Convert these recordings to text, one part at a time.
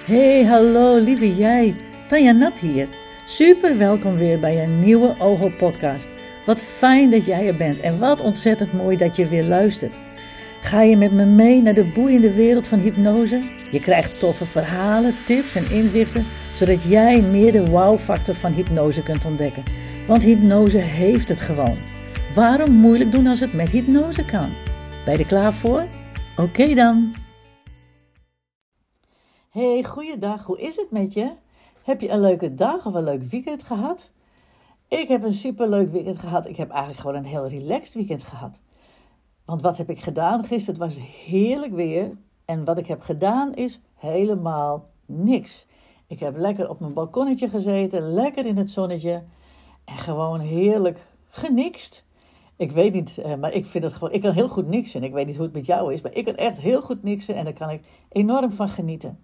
Hey, hallo lieve jij, Tanja Nap hier. Super welkom weer bij een nieuwe OHO podcast. Wat fijn dat jij er bent en wat ontzettend mooi dat je weer luistert. Ga je met me mee naar de boeiende wereld van hypnose? Je krijgt toffe verhalen, tips en inzichten, zodat jij meer de wow-factor van hypnose kunt ontdekken. Want hypnose heeft het gewoon. Waarom moeilijk doen als het met hypnose kan? Ben je er klaar voor? Oké dan. Hey, goeiedag. Hoe is het met je? Heb je een leuke dag of een leuk weekend gehad? Ik heb een superleuk weekend gehad. Ik heb eigenlijk gewoon een heel relaxed weekend gehad. Want wat heb ik gedaan gisteren? Het was heerlijk weer. En wat ik heb gedaan is helemaal niks. Ik heb lekker op mijn balkonnetje gezeten, lekker in het zonnetje. En gewoon heerlijk genikst. Ik weet niet, maar ik vind het gewoon, ik kan heel goed niksen. Ik weet niet hoe het met jou is, maar ik kan echt heel goed niksen en daar kan ik enorm van genieten.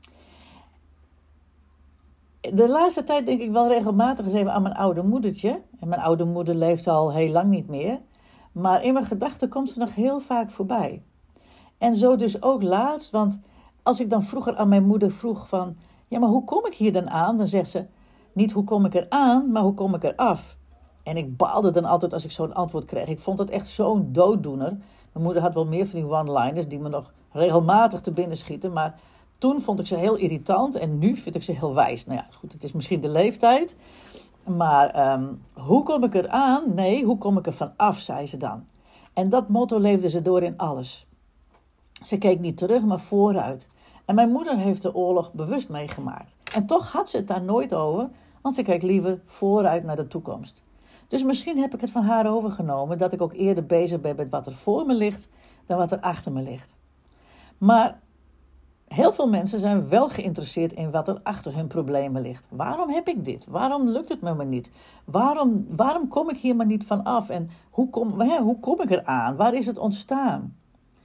De laatste tijd denk ik wel regelmatig eens even aan mijn oude moedertje. En mijn oude moeder leeft al heel lang niet meer. Maar in mijn gedachten komt ze nog heel vaak voorbij. En zo dus ook laatst, want als ik dan vroeger aan mijn moeder vroeg van... Ja, maar hoe kom ik hier dan aan? Dan zegt ze, niet hoe kom ik er aan, maar hoe kom ik er af? En ik baalde dan altijd als ik zo'n antwoord kreeg. Ik vond het echt zo'n dooddoener. Mijn moeder had wel meer van die one-liners die me nog regelmatig te binnen schieten, maar... Toen vond ik ze heel irritant en nu vind ik ze heel wijs. Nou ja, goed, het is misschien de leeftijd. Maar hoe kom ik er aan? Nee, hoe kom ik er van af, zei ze dan. En dat motto leefde ze door in alles. Ze keek niet terug, maar vooruit. En mijn moeder heeft de oorlog bewust meegemaakt. En toch had ze het daar nooit over, want ze keek liever vooruit naar de toekomst. Dus misschien heb ik het van haar overgenomen dat ik ook eerder bezig ben met wat er voor me ligt dan wat er achter me ligt. Maar... heel veel mensen zijn wel geïnteresseerd in wat er achter hun problemen ligt. Waarom heb ik dit? Waarom lukt het me maar niet? Waarom kom ik hier maar niet van af? En hoe kom ik eraan? Waar is het ontstaan?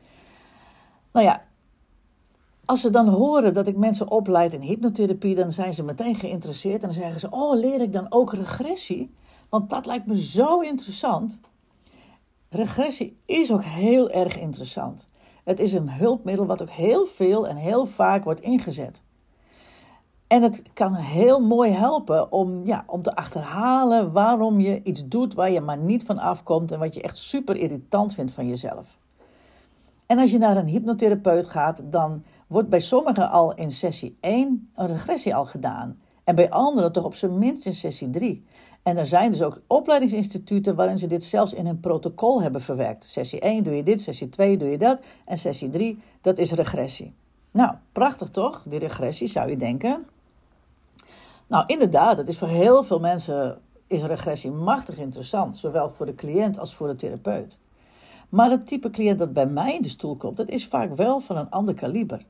Nou ja, als ze dan horen dat ik mensen opleid in hypnotherapie, dan zijn ze meteen geïnteresseerd. En dan zeggen ze, oh, leer ik dan ook regressie? Want dat lijkt me zo interessant. Regressie is ook heel erg interessant. Het is een hulpmiddel wat ook heel veel en heel vaak wordt ingezet. En het kan heel mooi helpen om te achterhalen waarom je iets doet waar je maar niet van afkomt en wat je echt super irritant vindt van jezelf. En als je naar een hypnotherapeut gaat, dan wordt bij sommigen al in sessie 1 een regressie al gedaan. En bij anderen toch op zijn minst in sessie 3. En er zijn dus ook opleidingsinstituten waarin ze dit zelfs in hun protocol hebben verwerkt. Sessie 1 doe je dit, sessie 2 doe je dat en sessie 3, dat is regressie. Nou, prachtig toch, die regressie zou je denken. Nou, inderdaad, het is voor heel veel mensen is regressie machtig interessant. Zowel voor de cliënt als voor de therapeut. Maar het type cliënt dat bij mij in de stoel komt, dat is vaak wel van een ander kaliber.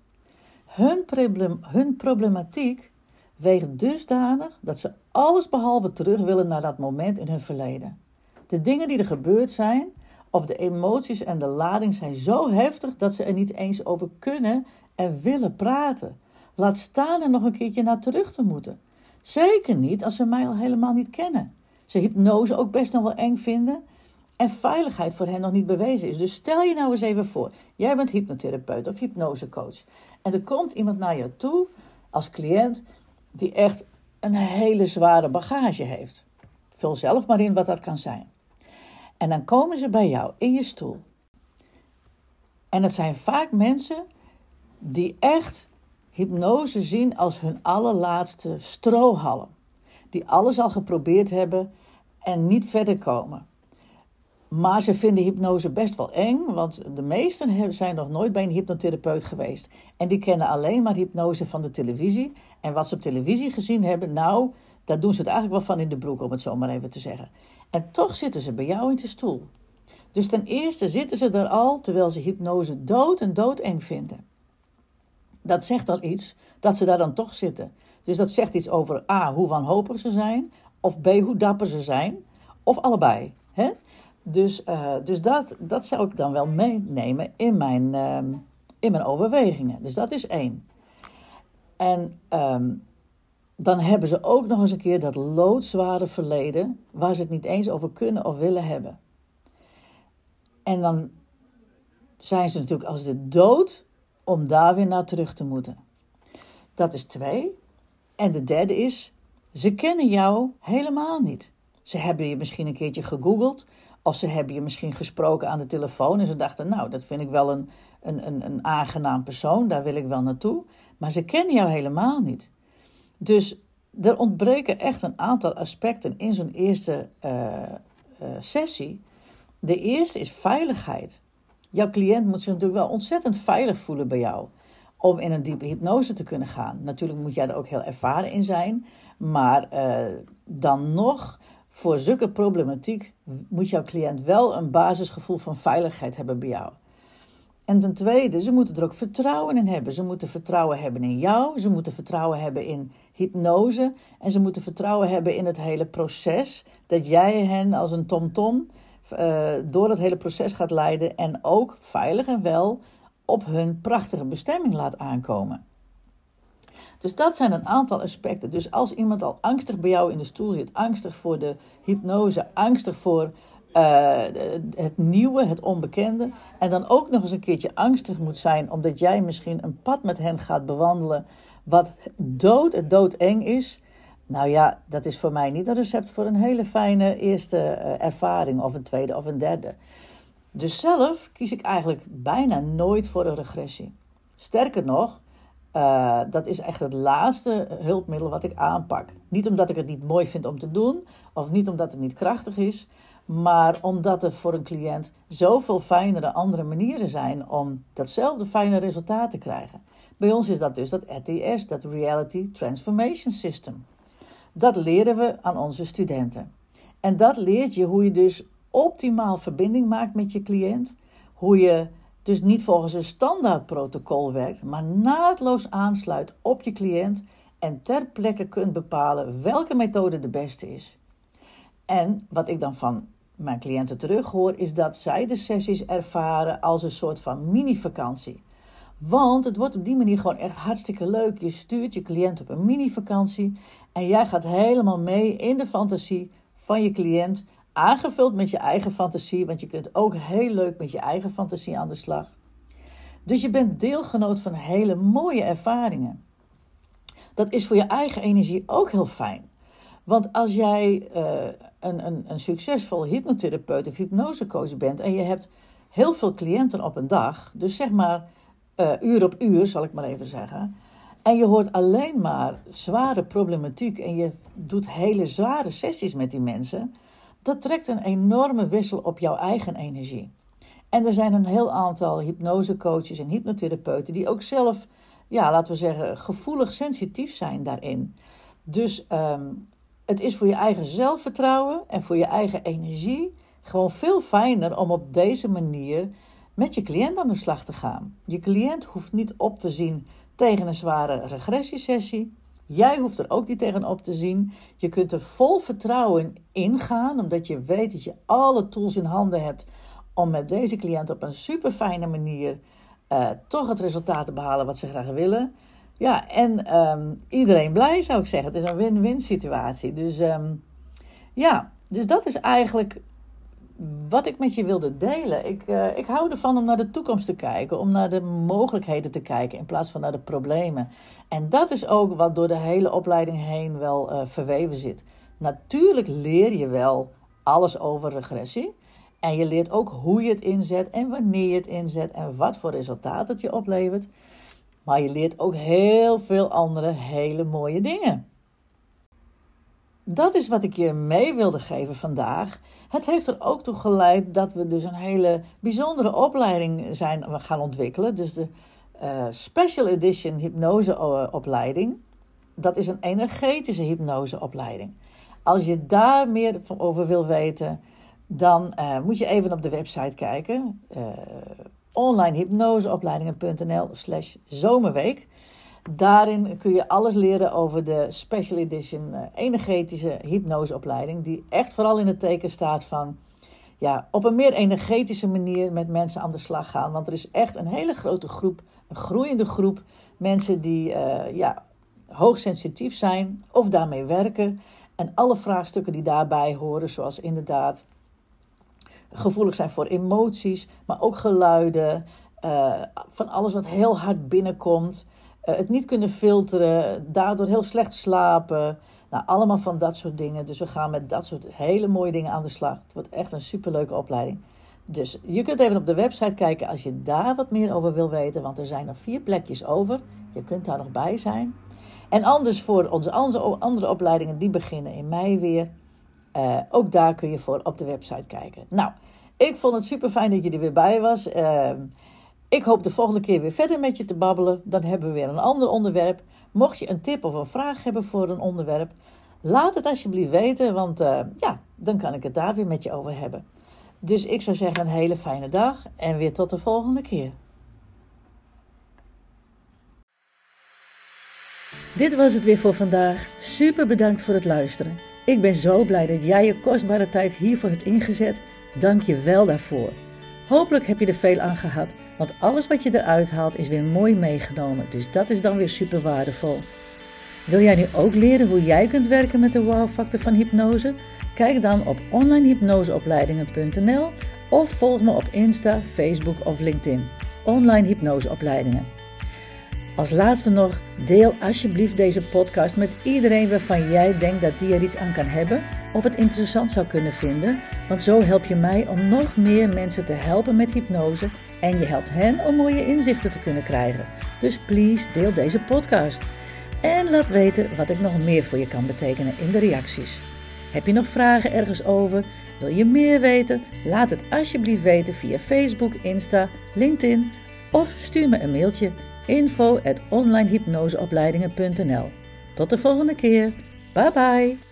Hun problematiek weegt dusdanig dat ze alles behalve terug willen naar dat moment in hun verleden. De dingen die er gebeurd zijn, of de emoties en de lading zijn zo heftig dat ze er niet eens over kunnen en willen praten. Laat staan er nog een keertje naar terug te moeten. Zeker niet als ze mij al helemaal niet kennen. Ze hypnose ook best nog wel eng vinden en veiligheid voor hen nog niet bewezen is. Dus stel je nou eens even voor, jij bent hypnotherapeut of hypnosecoach en er komt iemand naar je toe als cliënt die echt een hele zware bagage heeft. Vul zelf maar in wat dat kan zijn. En dan komen ze bij jou in je stoel. En het zijn vaak mensen die echt hypnose zien als hun allerlaatste strohalm. Die alles al geprobeerd hebben en niet verder komen. Maar ze vinden hypnose best wel eng, want de meesten zijn nog nooit bij een hypnotherapeut geweest. En die kennen alleen maar hypnose van de televisie. En wat ze op televisie gezien hebben, nou, daar doen ze het eigenlijk wel van in de broek, om het zo maar even te zeggen. En toch zitten ze bij jou in de stoel. Dus ten eerste zitten ze daar al, terwijl ze hypnose dood en doodeng vinden. Dat zegt al iets, dat ze daar dan toch zitten. Dus dat zegt iets over A, hoe wanhopig ze zijn, of B, hoe dapper ze zijn, of allebei, hè? Dus dat zou ik dan wel meenemen in mijn overwegingen. Dus dat is 1. En dan hebben ze ook nog eens een keer dat loodzware verleden, waar ze het niet eens over kunnen of willen hebben. En dan zijn ze natuurlijk als de dood om daar weer naar terug te moeten. Dat is 2. En de derde is, ze kennen jou helemaal niet. Ze hebben je misschien een keertje gegoogeld, of ze hebben je misschien gesproken aan de telefoon en ze dachten, nou, dat vind ik wel een aangenaam persoon, daar wil ik wel naartoe. Maar ze kennen jou helemaal niet. Dus er ontbreken echt een aantal aspecten in zo'n eerste sessie. De eerste is veiligheid. Jouw cliënt moet zich natuurlijk wel ontzettend veilig voelen bij jou om in een diepe hypnose te kunnen gaan. Natuurlijk moet jij er ook heel ervaren in zijn, maar dan nog, voor zulke problematiek moet jouw cliënt wel een basisgevoel van veiligheid hebben bij jou. En ten tweede, ze moeten er ook vertrouwen in hebben. Ze moeten vertrouwen hebben in jou, ze moeten vertrouwen hebben in hypnose en ze moeten vertrouwen hebben in het hele proces, dat jij hen als een tomtom door het hele proces gaat leiden en ook veilig en wel op hun prachtige bestemming laat aankomen. Dus dat zijn een aantal aspecten. Dus als iemand al angstig bij jou in de stoel zit, angstig voor de hypnose, angstig voor het nieuwe, het onbekende, en dan ook nog eens een keertje angstig moet zijn omdat jij misschien een pad met hen gaat bewandelen wat doodeng is. Nou ja, dat is voor mij niet een recept voor een hele fijne eerste ervaring of een tweede of een derde. Dus zelf kies ik eigenlijk bijna nooit voor een regressie. Sterker nog, dat is echt het laatste hulpmiddel wat ik aanpak. Niet omdat ik het niet mooi vind om te doen, of niet omdat het niet krachtig is, maar omdat er voor een cliënt zoveel fijnere andere manieren zijn om datzelfde fijne resultaat te krijgen. Bij ons is dat dus dat RTS, dat Reality Transformation System. Dat leren we aan onze studenten. En dat leert je hoe je dus optimaal verbinding maakt met je cliënt. Hoe je dus niet volgens een standaard protocol werkt, maar naadloos aansluit op je cliënt en ter plekke kunt bepalen welke methode de beste is. En wat ik dan van mijn cliënten terughoor, is dat zij de sessies ervaren als een soort van mini-vakantie. Want het wordt op die manier gewoon echt hartstikke leuk. Je stuurt je cliënt op een mini-vakantie en jij gaat helemaal mee in de fantasie van je cliënt, aangevuld met je eigen fantasie, want je kunt ook heel leuk met je eigen fantasie aan de slag. Dus je bent deelgenoot van hele mooie ervaringen. Dat is voor je eigen energie ook heel fijn. Want als jij een succesvol hypnotherapeut of hypnosecoach bent en je hebt heel veel cliënten op een dag, dus zeg maar uur op uur, zal ik maar even zeggen, en je hoort alleen maar zware problematiek en je doet hele zware sessies met die mensen, dat trekt een enorme wissel op jouw eigen energie. En er zijn een heel aantal hypnosecoaches en hypnotherapeuten die ook zelf, ja, laten we zeggen, gevoelig sensitief zijn daarin. Dus het is voor je eigen zelfvertrouwen en voor je eigen energie gewoon veel fijner om op deze manier met je cliënt aan de slag te gaan. Je cliënt hoeft niet op te zien tegen een zware regressiesessie. Jij hoeft er ook niet tegenop te zien. Je kunt er vol vertrouwen in gaan, omdat je weet dat je alle tools in handen hebt om met deze cliënt op een super fijne manier toch het resultaat te behalen wat ze graag willen. Ja, en iedereen blij, zou ik zeggen. Het is een win-win situatie. Dus dus dat is eigenlijk wat ik met je wilde delen. Ik hou ervan om naar de toekomst te kijken, om naar de mogelijkheden te kijken in plaats van naar de problemen. En dat is ook wat door de hele opleiding heen wel verweven zit. Natuurlijk leer je wel alles over regressie. En je leert ook hoe je het inzet en wanneer je het inzet en wat voor resultaat het je oplevert. Maar je leert ook heel veel andere hele mooie dingen. Dat is wat ik je mee wilde geven vandaag. Het heeft er ook toe geleid dat we dus een hele bijzondere opleiding gaan ontwikkelen. Dus de Special Edition hypnoseopleiding. Dat is een energetische hypnoseopleiding. Als je daar meer over wil weten, dan moet je even op de website kijken. onlinehypnoseopleidingen.nl/zomerweek. Daarin kun je alles leren over de Special Edition energetische hypnoseopleiding, die echt vooral in het teken staat van op een meer energetische manier met mensen aan de slag gaan. Want er is echt een hele grote groep, een groeiende groep mensen die hoogsensitief zijn of daarmee werken. En alle vraagstukken die daarbij horen, zoals inderdaad gevoelig zijn voor emoties, maar ook geluiden, van alles wat heel hard binnenkomt. het niet kunnen filteren, daardoor heel slecht slapen. Nou, allemaal van dat soort dingen. Dus we gaan met dat soort hele mooie dingen aan de slag. Het wordt echt een superleuke opleiding. Dus je kunt even op de website kijken als je daar wat meer over wil weten. Want er zijn nog 4 plekjes over. Je kunt daar nog bij zijn. En anders voor onze andere opleidingen, die beginnen in mei weer. Ook daar kun je voor op de website kijken. Nou, ik vond het super fijn dat je er weer bij was. Ik hoop de volgende keer weer verder met je te babbelen. Dan hebben we weer een ander onderwerp. Mocht je een tip of een vraag hebben voor een onderwerp, laat het alsjeblieft weten. Want dan kan ik het daar weer met je over hebben. Dus ik zou zeggen een hele fijne dag en weer tot de volgende keer. Dit was het weer voor vandaag. Super bedankt voor het luisteren. Ik ben zo blij dat jij je kostbare tijd hiervoor hebt ingezet. Dank je wel daarvoor. Hopelijk heb je er veel aan gehad, want alles wat je eruit haalt is weer mooi meegenomen. Dus dat is dan weer super waardevol. Wil jij nu ook leren hoe jij kunt werken met de wow-factor van hypnose? Kijk dan op onlinehypnoseopleidingen.nl of volg me op Insta, Facebook of LinkedIn. Online hypnoseopleidingen. Als laatste nog, deel alsjeblieft deze podcast met iedereen waarvan jij denkt dat die er iets aan kan hebben of het interessant zou kunnen vinden, want zo help je mij om nog meer mensen te helpen met hypnose en je helpt hen om mooie inzichten te kunnen krijgen. Dus please, deel deze podcast. En laat weten wat ik nog meer voor je kan betekenen in de reacties. Heb je nog vragen ergens over? Wil je meer weten? Laat het alsjeblieft weten via Facebook, Insta, LinkedIn of stuur me een mailtje info@onlinehypnoseopleidingen.nl. Tot de volgende keer. Bye bye!